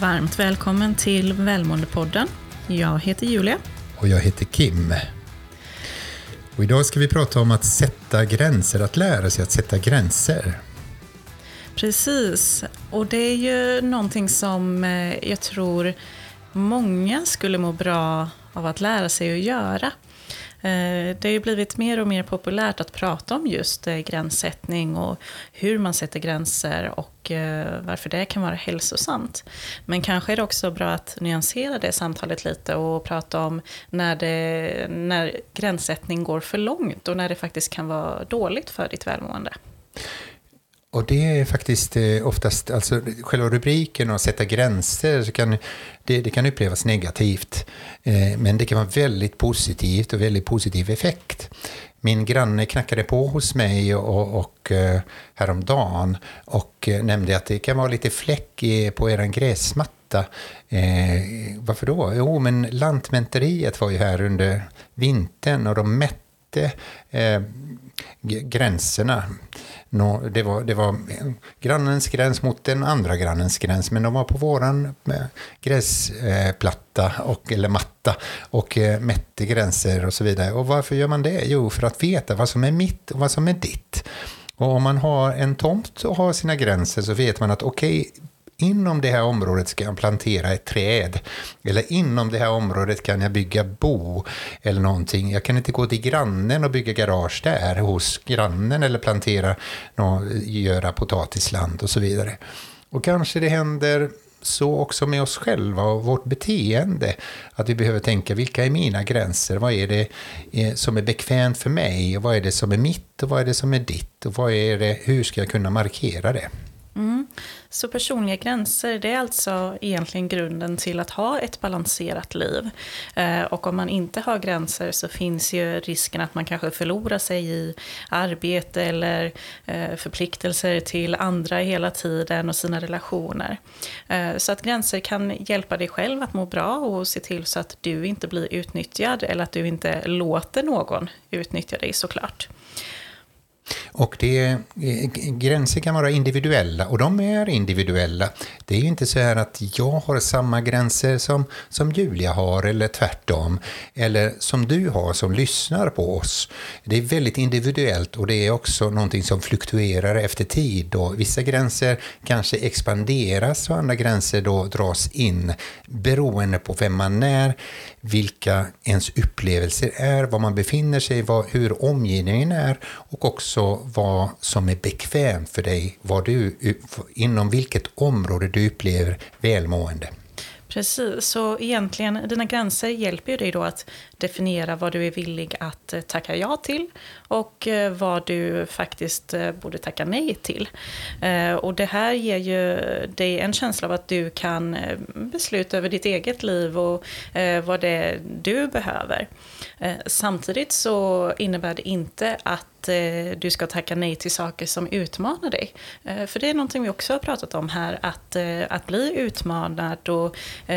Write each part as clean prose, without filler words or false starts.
Varmt välkommen till Välmåendepodden. Jag heter Julia. Och jag heter Kim. Och idag ska vi prata om att sätta gränser, att lära sig att sätta gränser. Precis, och det är ju någonting som jag tror många skulle må bra av att lära sig att göra. Det har ju blivit mer och mer populärt att prata om just gränssättning och hur man sätter gränser och varför det kan vara hälsosamt. Men kanske är det också bra att nyansera det samtalet lite och prata om när gränssättning går för långt och när det faktiskt kan vara dåligt för ditt välmående. Och det är faktiskt oftast, alltså själva rubriken och sätta gränser, så kan det kan upplevas negativt. Men det kan vara väldigt positivt och väldigt positiv effekt. Min granne knackade på hos mig och häromdagen och nämnde att det kan vara lite fläck på eran gräsmatta. Varför då? Jo, men Lantmäteriet var ju här under vintern och de mätte gränserna. Det var grannens gräns mot den andra grannens gräns, men de var på våran gräsplatta eller matta och mätte gränser och så vidare. Och varför gör man det? Jo, för att veta vad som är mitt och vad som är ditt. Och om man har en tomt och har sina gränser så vet man att okej, inom det här området ska jag plantera ett träd. Eller inom det här området kan jag bygga bo eller någonting. Jag kan inte gå till grannen och bygga garage där hos grannen eller plantera, göra potatisland och så vidare. Och kanske det händer så också med oss själva och vårt beteende. Att vi behöver tänka, vilka är mina gränser? Vad är det som är bekvämt för mig? Och vad är det som är mitt och vad är det som är ditt? Och hur ska jag kunna markera det? Så personliga gränser, det är alltså egentligen grunden till att ha ett balanserat liv. Och om man inte har gränser så finns ju risken att man kanske förlorar sig i arbete eller förpliktelser till andra hela tiden och sina relationer. Så att gränser kan hjälpa dig själv att må bra och se till så att du inte blir utnyttjad eller att du inte låter någon utnyttja dig, såklart. Och gränser kan vara individuella och de är individuella. Det är ju inte så här att jag har samma gränser som Julia har eller tvärtom. Eller som du har som lyssnar på oss. Det är väldigt individuellt och det är också någonting som fluktuerar efter tid. Och vissa gränser kanske expanderas och andra gränser då dras in beroende på vem man är, vilka ens upplevelser är, var man befinner sig, hur omgivningen är och också vad som är bekvämt för dig, inom vilket område du upplever välmående. Precis, så egentligen dina gränser hjälper ju dig då att definiera vad du är villig att tacka ja till och vad du faktiskt borde tacka nej till. Och det här ger ju dig en känsla av att du kan besluta över ditt eget liv och vad det är du behöver. Samtidigt så innebär det inte att du ska tacka nej till saker som utmanar dig. För det är någonting vi också har pratat om här, att bli utmanad och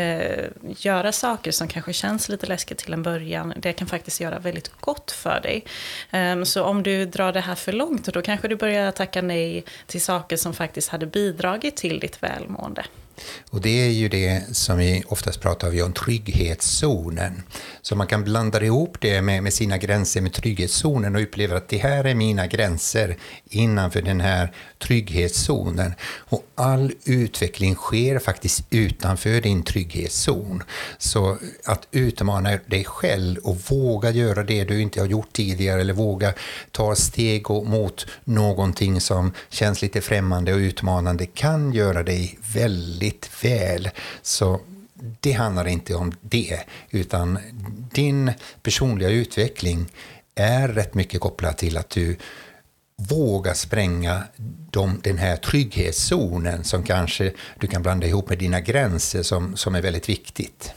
göra saker som kanske känns lite läskigt till en början, det kan faktiskt göra väldigt gott för dig. Så om du drar det här för långt, då kanske du börjar tacka nej till saker som faktiskt hade bidragit till ditt välmående. Och det är ju det som vi oftast pratar om trygghetszonen. Så man kan blanda ihop det med sina gränser med trygghetszonen och uppleva att det här är mina gränser innanför den här trygghetszonen. Och all utveckling sker faktiskt utanför din trygghetszon. Så att utmana dig själv och våga göra det du inte har gjort tidigare eller våga ta steg mot någonting som känns lite främmande och utmanande kan göra dig väldigt väl. Så det handlar inte om det, utan din personliga utveckling är rätt mycket kopplad till att du vågar spränga den här trygghetszonen som kanske du kan blanda ihop med dina gränser som är väldigt viktigt.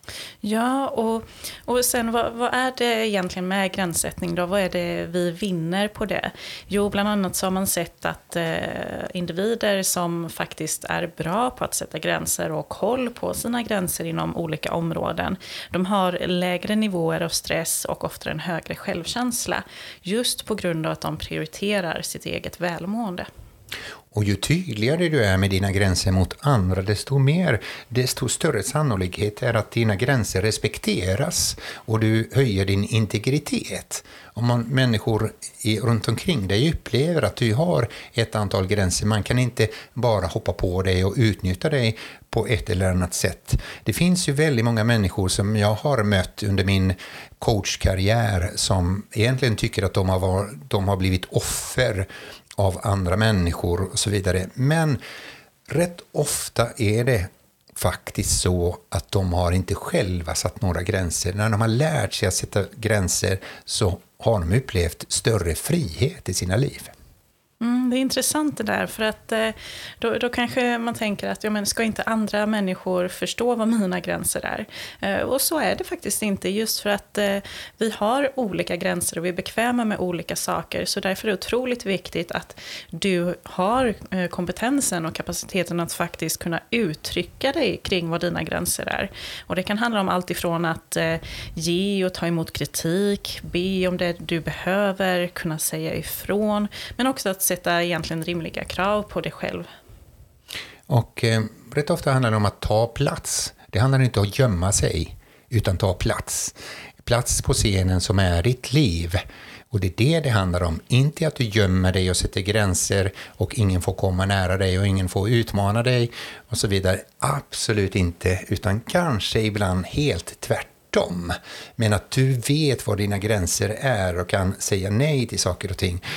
Ja, och sen vad är det egentligen med gränssättning då? Vad är det vi vinner på det? Jo, bland annat så har man sett att individer som faktiskt är bra på att sätta gränser och koll på sina gränser inom olika områden, de har lägre nivåer av stress och ofta en högre självkänsla just på grund av att de prioriterar sitt eget välmående. Och ju tydligare du är med dina gränser mot andra, desto större sannolikhet är att dina gränser respekteras och du höjer din integritet. Om människor runt omkring dig upplever att du har ett antal gränser, man kan inte bara hoppa på dig och utnyttja dig på ett eller annat sätt. Det finns ju väldigt många människor som jag har mött under min coachkarriär som egentligen tycker att de har blivit offer av andra människor och så vidare. Men rätt ofta är det faktiskt så att de har inte själva satt några gränser. När de har lärt sig att sätta gränser så har de upplevt större frihet i sina liv. Det är intressant det där, för att då kanske man tänker att ska inte andra människor förstå vad mina gränser är? Och så är det faktiskt inte, just för att vi har olika gränser och vi är bekväma med olika saker. Så därför är det otroligt viktigt att du har kompetensen och kapaciteten att faktiskt kunna uttrycka dig kring vad dina gränser är. Och det kan handla om allt ifrån att ge och ta emot kritik, be om det du behöver, kunna säga ifrån, men också att sätta egentligen rimliga krav på dig själv. Och rätt ofta handlar det om att ta plats. Det handlar inte om att gömma sig, utan ta plats. Plats på scenen som är ditt liv. Och det är det handlar om. Inte att du gömmer dig och sätter gränser och ingen får komma nära dig och ingen får utmana dig och så vidare. Absolut inte, utan kanske ibland helt tvärtom. Men att du vet vad dina gränser är och kan säga nej till saker och ting.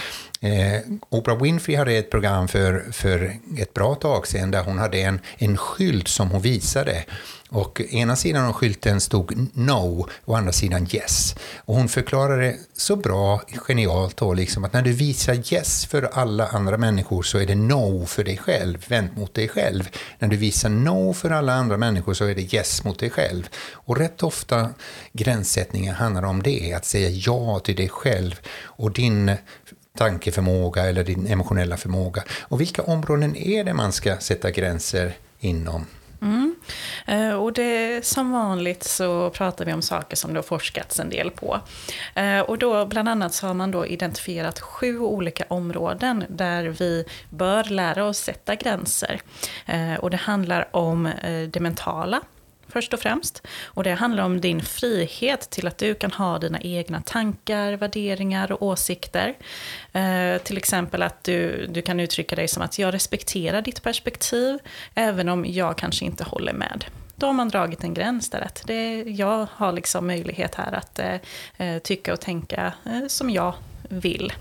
Oprah Winfrey hade ett program för ett bra tag sedan där hon hade en skylt som hon visade. Och ena sidan av skylten stod no och andra sidan yes. Och hon förklarade så bra, genialt då, liksom att när du visar yes för alla andra människor så är det no för dig själv, vänt mot dig själv. När du visar no för alla andra människor så är det yes mot dig själv. Och rätt ofta gränssättningen handlar om det, att säga ja till dig själv och din tankeförmåga eller din emotionella förmåga. Och vilka områden är det man ska sätta gränser inom? Och det, som vanligt så pratar vi om saker som det har forskats en del på. Och då bland annat så har man då identifierat 7 olika områden där vi bör lära oss sätta gränser. Och det handlar om det mentala, först och främst. Och det handlar om din frihet till att du kan ha dina egna tankar, värderingar och åsikter. Till exempel att du kan uttrycka dig som att jag respekterar ditt perspektiv även om jag kanske inte håller med. Då har man dragit en gräns där att jag har liksom möjlighet här att tycka och tänka som jag vill.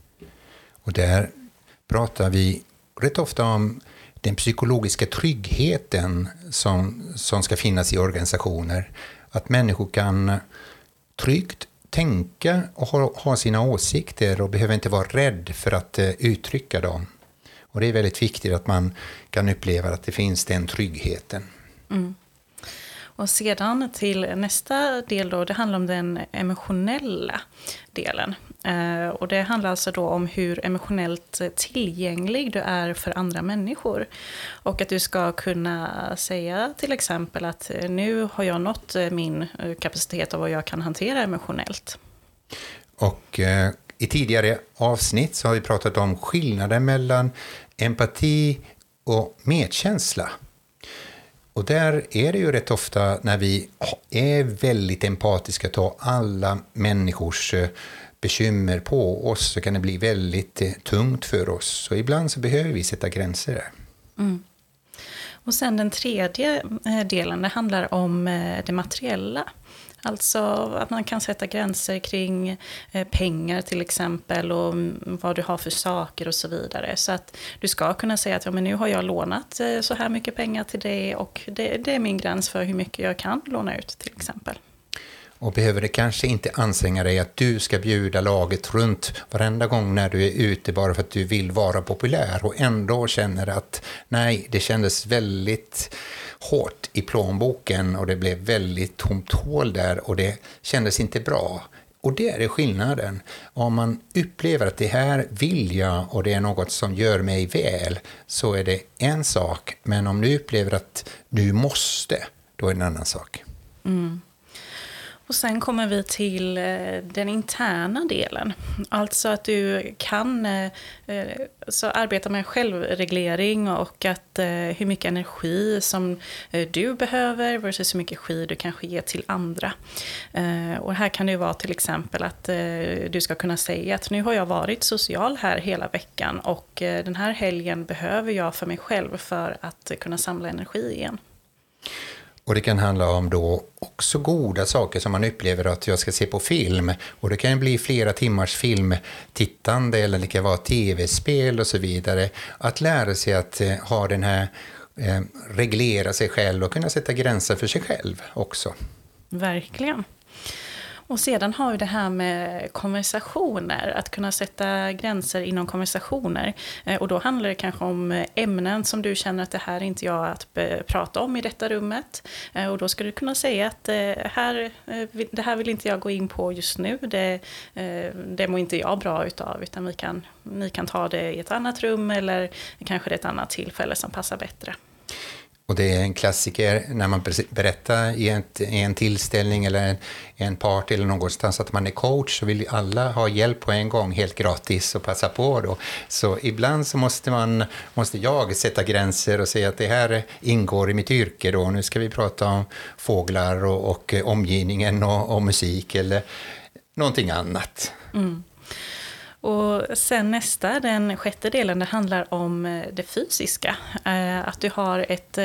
Och där pratar vi rätt ofta om den psykologiska tryggheten som ska finnas i organisationer. Att människor kan tryggt tänka och ha sina åsikter och behöver inte vara rädd för att uttrycka dem. Och det är väldigt viktigt att man kan uppleva att det finns den tryggheten. Mm. Och sedan till nästa del då, det handlar om den emotionella delen. Och det handlar alltså då om hur emotionellt tillgänglig du är för andra människor. Och att du ska kunna säga till exempel att nu har jag nått min kapacitet av vad jag kan hantera emotionellt. Och i tidigare avsnitt så har vi pratat om skillnaden mellan empati och medkänsla. Och där är det ju rätt ofta när vi är väldigt empatiska, tar alla människors bekymmer på oss, så kan det bli väldigt tungt för oss. Så ibland så behöver vi sätta gränser där. Mm. Och sen den tredje delen, det handlar om det materiella. Alltså att man kan sätta gränser kring pengar till exempel och vad du har för saker och så vidare. Så att du ska kunna säga att men nu har jag lånat så här mycket pengar till det och det är min gräns för hur mycket jag kan låna ut till exempel. Och behöver det kanske inte anstränga dig att du ska bjuda laget runt varenda gång när du är ute bara för att du vill vara populär och ändå känner att nej, det kändes väldigt hårt i plånboken och det blev väldigt tomt hål där och det kändes inte bra. Och det är skillnaden. Om man upplever att det här vill jag och det är något som gör mig väl, så är det en sak. Men om du upplever att du måste, då är det en annan sak. Mm. Och sen kommer vi till den interna delen. Alltså att du kan så arbeta med självreglering och att hur mycket energi som du behöver versus hur mycket energi du kanske ger till andra. Och här kan det vara till exempel att du ska kunna säga att nu har jag varit social här hela veckan och den här helgen behöver jag för mig själv för att kunna samla energi igen. Och det kan handla om då också goda saker som man upplever att jag ska se på film. Och det kan bli flera timmars filmtittande eller det kan vara tv-spel och så vidare. Att lära sig att ha den här, reglera sig själv och kunna sätta gränser för sig själv också. Verkligen. Och sedan har vi det här med konversationer, att kunna sätta gränser inom konversationer. Och då handlar det kanske om ämnen som du känner att det här är inte jag att prata om i detta rummet. Och då ska du kunna säga att det här vill inte jag gå in på just nu, det mår inte jag bra utav, utan ni kan ta det i ett annat rum eller kanske det är ett annat tillfälle som passar bättre. Och det är en klassiker när man berättar i en tillställning eller en part eller någonstans att man är coach, så vill alla ha hjälp på en gång helt gratis och passa på då. Så ibland så måste jag sätta gränser och säga att det här ingår i mitt yrke då. Nu ska vi prata om fåglar och omgivningen och musik eller någonting annat. Mm. Och sen nästa, den sjätte delen, det handlar om det fysiska. Att du har ett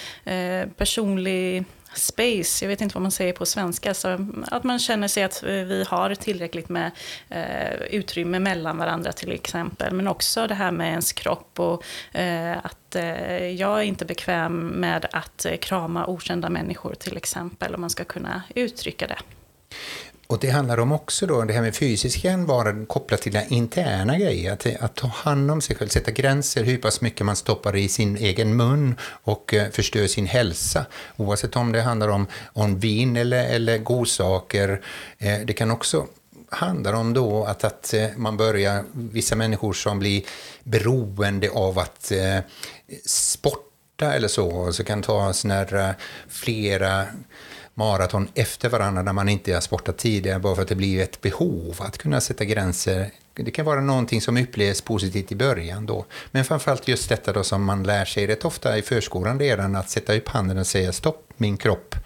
personlig space, jag vet inte vad man säger på svenska, så att man känner sig att vi har tillräckligt med utrymme mellan varandra till exempel. Men också det här med ens kropp och att jag är inte bekväm med att krama okända människor till exempel, om man ska kunna uttrycka det. Och det handlar om också då, det här med fysiska vara kopplat till den interna grejer. Att ta hand om sig själv, sätta gränser, hur pass mycket man stoppar i sin egen mun och förstör sin hälsa. Oavsett om det handlar om vin eller godsaker. Det kan också handla om då att man börjar, vissa människor som blir beroende av att sporta eller så kan ta såna här flera maraton efter varandra när man inte har sportat tidigare, bara för att det blir ett behov att kunna sätta gränser. Det kan vara någonting som upplevs positivt i början då. Men framförallt just detta då som man lär sig rätt ofta i förskolan redan, att sätta upp handen och säga stopp min kropp.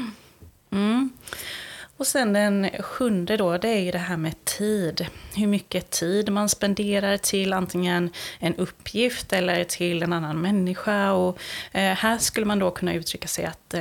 Mm. Och sen den sjunde då, det är ju det här med tid. Hur mycket tid man spenderar till antingen en uppgift eller till en annan människa. Och här skulle man då kunna uttrycka sig att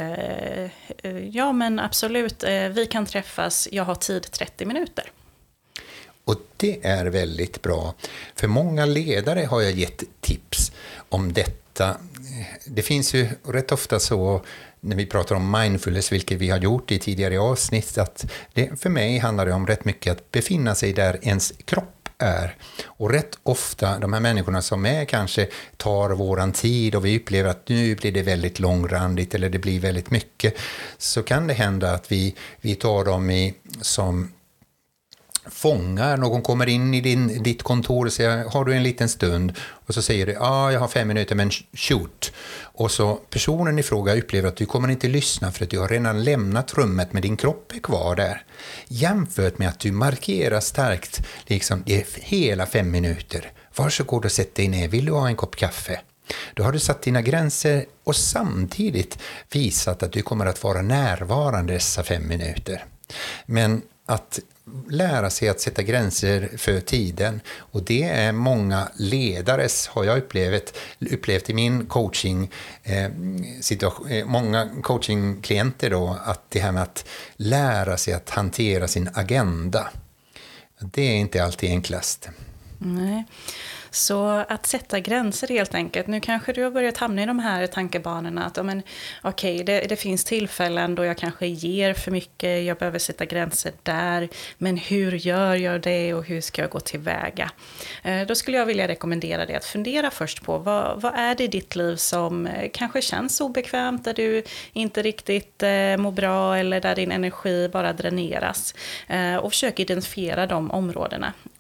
ja men absolut, vi kan träffas, jag har tid 30 minuter. Och det är väldigt bra. För många ledare har jag gett tips om detta. Det finns ju rätt ofta så när vi pratar om mindfulness, vilket vi har gjort i tidigare avsnitt, att det för mig handlar det om rätt mycket att befinna sig där ens kropp är. Och rätt ofta de här människorna som är kanske tar våran tid och vi upplever att nu blir det väldigt långrandigt eller det blir väldigt mycket, så kan det hända att vi tar dem som fångar. Någon kommer in i ditt kontor och säger, har du en liten stund? Och så säger du, jag har 5 minuter, men shoot. Och så personen i fråga upplever att du kommer inte lyssna för att du har redan lämnat rummet, med din kropp är kvar där. Jämfört med att du markerar starkt, liksom, det är hela 5 minuter. Varsågod och sätt dig ner, vill du ha en kopp kaffe? Då har du satt dina gränser och samtidigt visat att du kommer att vara närvarande dessa 5 minuter. Men att lära sig att sätta gränser för tiden, och det är många ledares, har jag upplevt i min coaching situation, många coachingklienter då, att det här med att lära sig att hantera sin agenda, det är inte alltid enklast. Nej. Så att sätta gränser helt enkelt. Nu kanske du har börjat hamna i de här tankebanorna att det finns tillfällen då jag kanske ger för mycket, jag behöver sätta gränser där, men hur gör jag det och hur ska jag gå tillväga? Då skulle jag vilja rekommendera dig att fundera först på vad är det i ditt liv som kanske känns obekvämt, där du inte riktigt mår bra eller där din energi bara dräneras, och försök identifiera de områdena.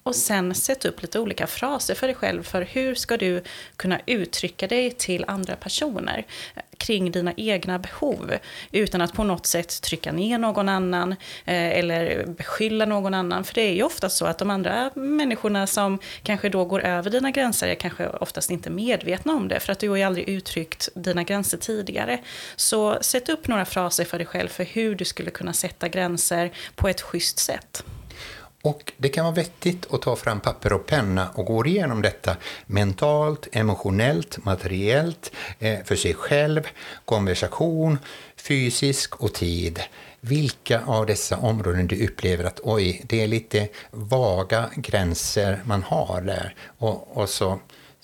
Och sen sätt upp lite olika fraser för dig själv för hur ska du kunna uttrycka dig till andra personer kring dina egna behov utan att på något sätt trycka ner någon annan eller beskylla någon annan. För det är ju ofta så att de andra människorna som kanske då går över dina gränser är kanske oftast inte medvetna om det för att du har ju aldrig uttryckt dina gränser tidigare. Så sätt upp några fraser för dig själv för hur du skulle kunna sätta gränser på ett schysst sätt. Och det kan vara vettigt att ta fram papper och penna och gå igenom detta mentalt, emotionellt, materiellt, för sig själv, konversation, fysisk och tid. Vilka av dessa områden du upplever att det är lite vaga gränser man har där. Och så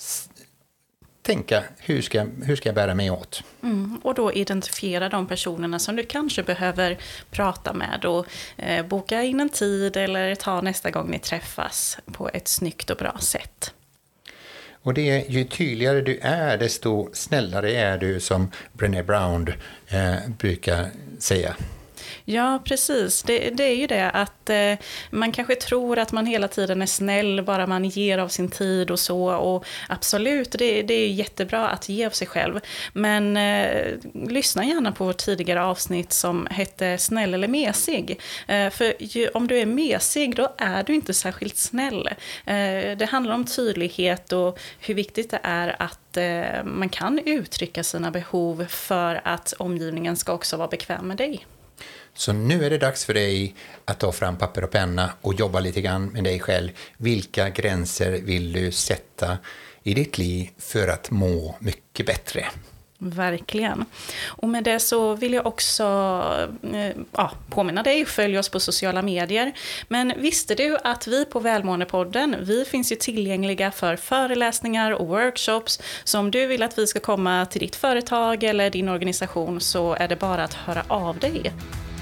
tänka, hur ska jag bära mig åt? Och då identifiera de personerna som du kanske behöver prata med och boka in en tid eller ta nästa gång ni träffas på ett snyggt och bra sätt. Och det är ju tydligare du är, desto snällare är du, som Brené Brown brukar säga. Ja, precis. Det är ju det att man kanske tror att man hela tiden är snäll bara man ger av sin tid och så. Och absolut, det är jättebra att ge av sig själv. Men lyssna gärna på vårt tidigare avsnitt som hette Snäll eller mesig. För om du är mesig, då är du inte särskilt snäll. Det handlar om tydlighet och hur viktigt det är att man kan uttrycka sina behov för att omgivningen ska också vara bekväm med dig. Så nu är det dags för dig att ta fram papper och penna och jobba lite grann med dig själv. Vilka gränser vill du sätta i ditt liv för att må mycket bättre? Verkligen. Och med det så vill jag också påminna dig, följ oss på sociala medier. Men visste du att vi på Välmåendepodden, vi finns ju tillgängliga för föreläsningar och workshops. Så om du vill att vi ska komma till ditt företag eller din organisation så är det bara att höra av dig.